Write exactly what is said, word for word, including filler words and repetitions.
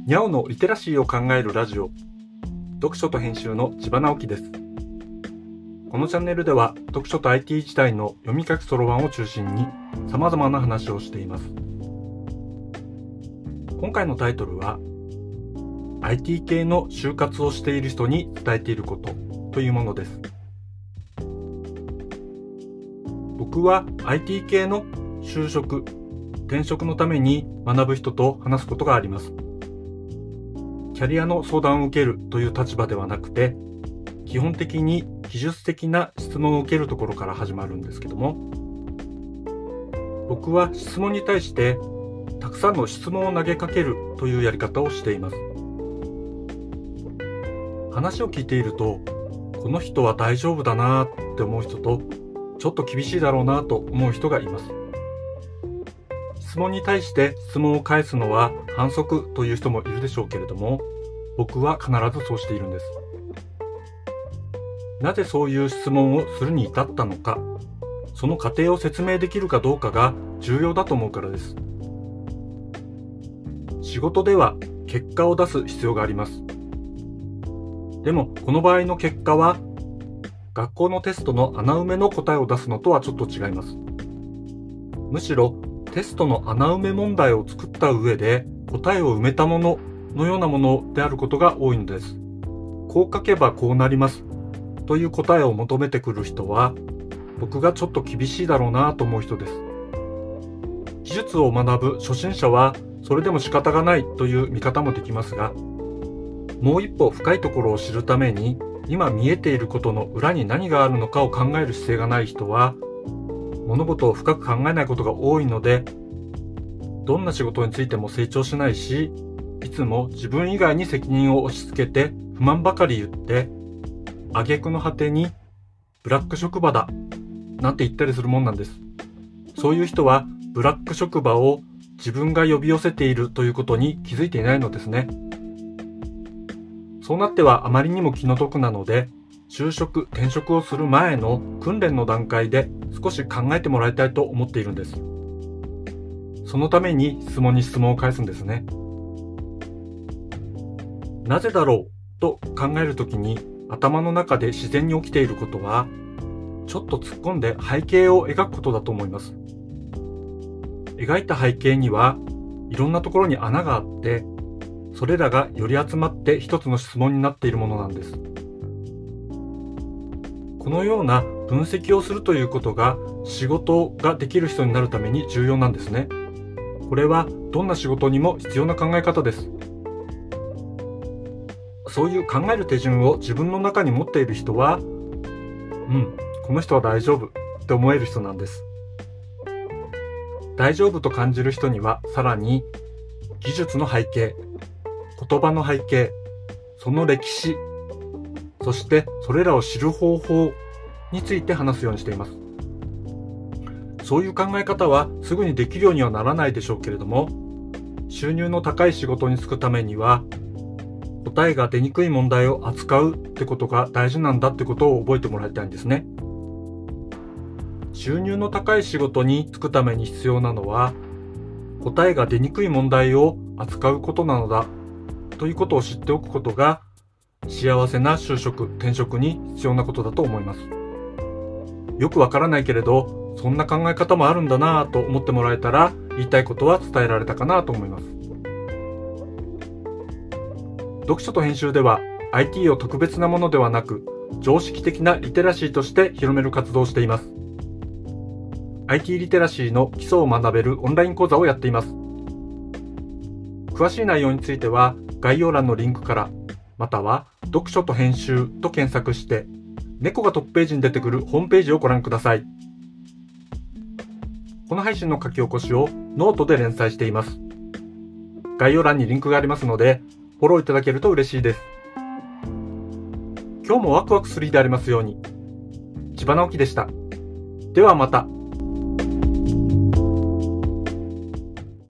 にゃおのリテラシーを考えるラジオ、読書と編集の千葉直樹です。このチャンネルでは読書と アイティー 時代の読み書きそろばんを中心に様々な話をしています。今回のタイトルは アイティー 系の就活をしている人に伝えていることというものです。僕は アイティー 系の就職、転職のために学ぶ人と話すことがあります。キャリアの相談を受けるという立場ではなくて、基本的に技術的な質問を受けるところから始まるんですけども、僕は質問に対してたくさんの質問を投げかけるというやり方をしています。話を聞いていると、この人は大丈夫だなって思う人と、ちょっと厳しいだろうなと思う人がいます。質問に対して質問を返すのは反則という人もいるでしょうけれども、僕は必ずそうしているんです。なぜそういう質問をするに至ったのか、その過程を説明できるかどうかが重要だと思うからです。仕事では結果を出す必要があります。でもこの場合の結果は、学校のテストの穴埋めの答えを出すのとはちょっと違います。むしろテストの穴埋め問題を作った上で答えを埋めたもののようなものであることが多いのです。こう書けばこうなりますという答えを求めてくる人は、僕がちょっと厳しいだろうなと思う人です。技術を学ぶ初心者はそれでも仕方がないという見方もできますが、もう一歩深いところを知るために今見えていることの裏に何があるのかを考える姿勢がない人は、物事を深く考えないことが多いので、どんな仕事についても成長しないし、いつも自分以外に責任を押し付けて不満ばかり言って、挙句の果てにブラック職場だなんて言ったりするもんなんです。そういう人はブラック職場を自分が呼び寄せているということに気づいていないのですね。そうなってはあまりにも気の毒なので、就職、転職をする前の訓練の段階で少し考えてもらいたいと思っているんです。そのために質問に質問を返すんですね。なぜだろうと考えるときに頭の中で自然に起きていることは、ちょっと突っ込んで背景を描くことだと思います。描いた背景にはいろんなところに穴があって、それらがより集まって一つの質問になっているものなんです。このような分析をするということが仕事ができる人になるために重要なんですね。これはどんな仕事にも必要な考え方です。そういう考える手順を自分の中に持っている人は、うん、この人は大丈夫って思える人なんです。大丈夫と感じる人にはさらに技術の背景、言葉の背景、その歴史、そしてそれらを知る方法について話すようにしています。そういう考え方はすぐにできるようにはならないでしょうけれども、収入の高い仕事に就くためには、答えが出にくい問題を扱うってことが大事なんだってことを覚えてもらいたいんですね。収入の高い仕事に就くために必要なのは、答えが出にくい問題を扱うことなのだということを知っておくことが、幸せな就職、転職に必要なことだと思います。よくわからないけれど、そんな考え方もあるんだなぁと思ってもらえたら、言いたいことは伝えられたかなと思います。読書と編集では アイティー を特別なものではなく、常識的なリテラシーとして広める活動をしています。アイティー リテラシーの基礎を学べるオンライン講座をやっています。詳しい内容については概要欄のリンクから、または読書と編集と検索して、猫がトップページに出てくるホームページをご覧ください。この配信の書き起こしをノートで連載しています。概要欄にリンクがありますので、フォローいただけると嬉しいです。今日もワクワクする日でありますように。千葉直樹でした。ではまた。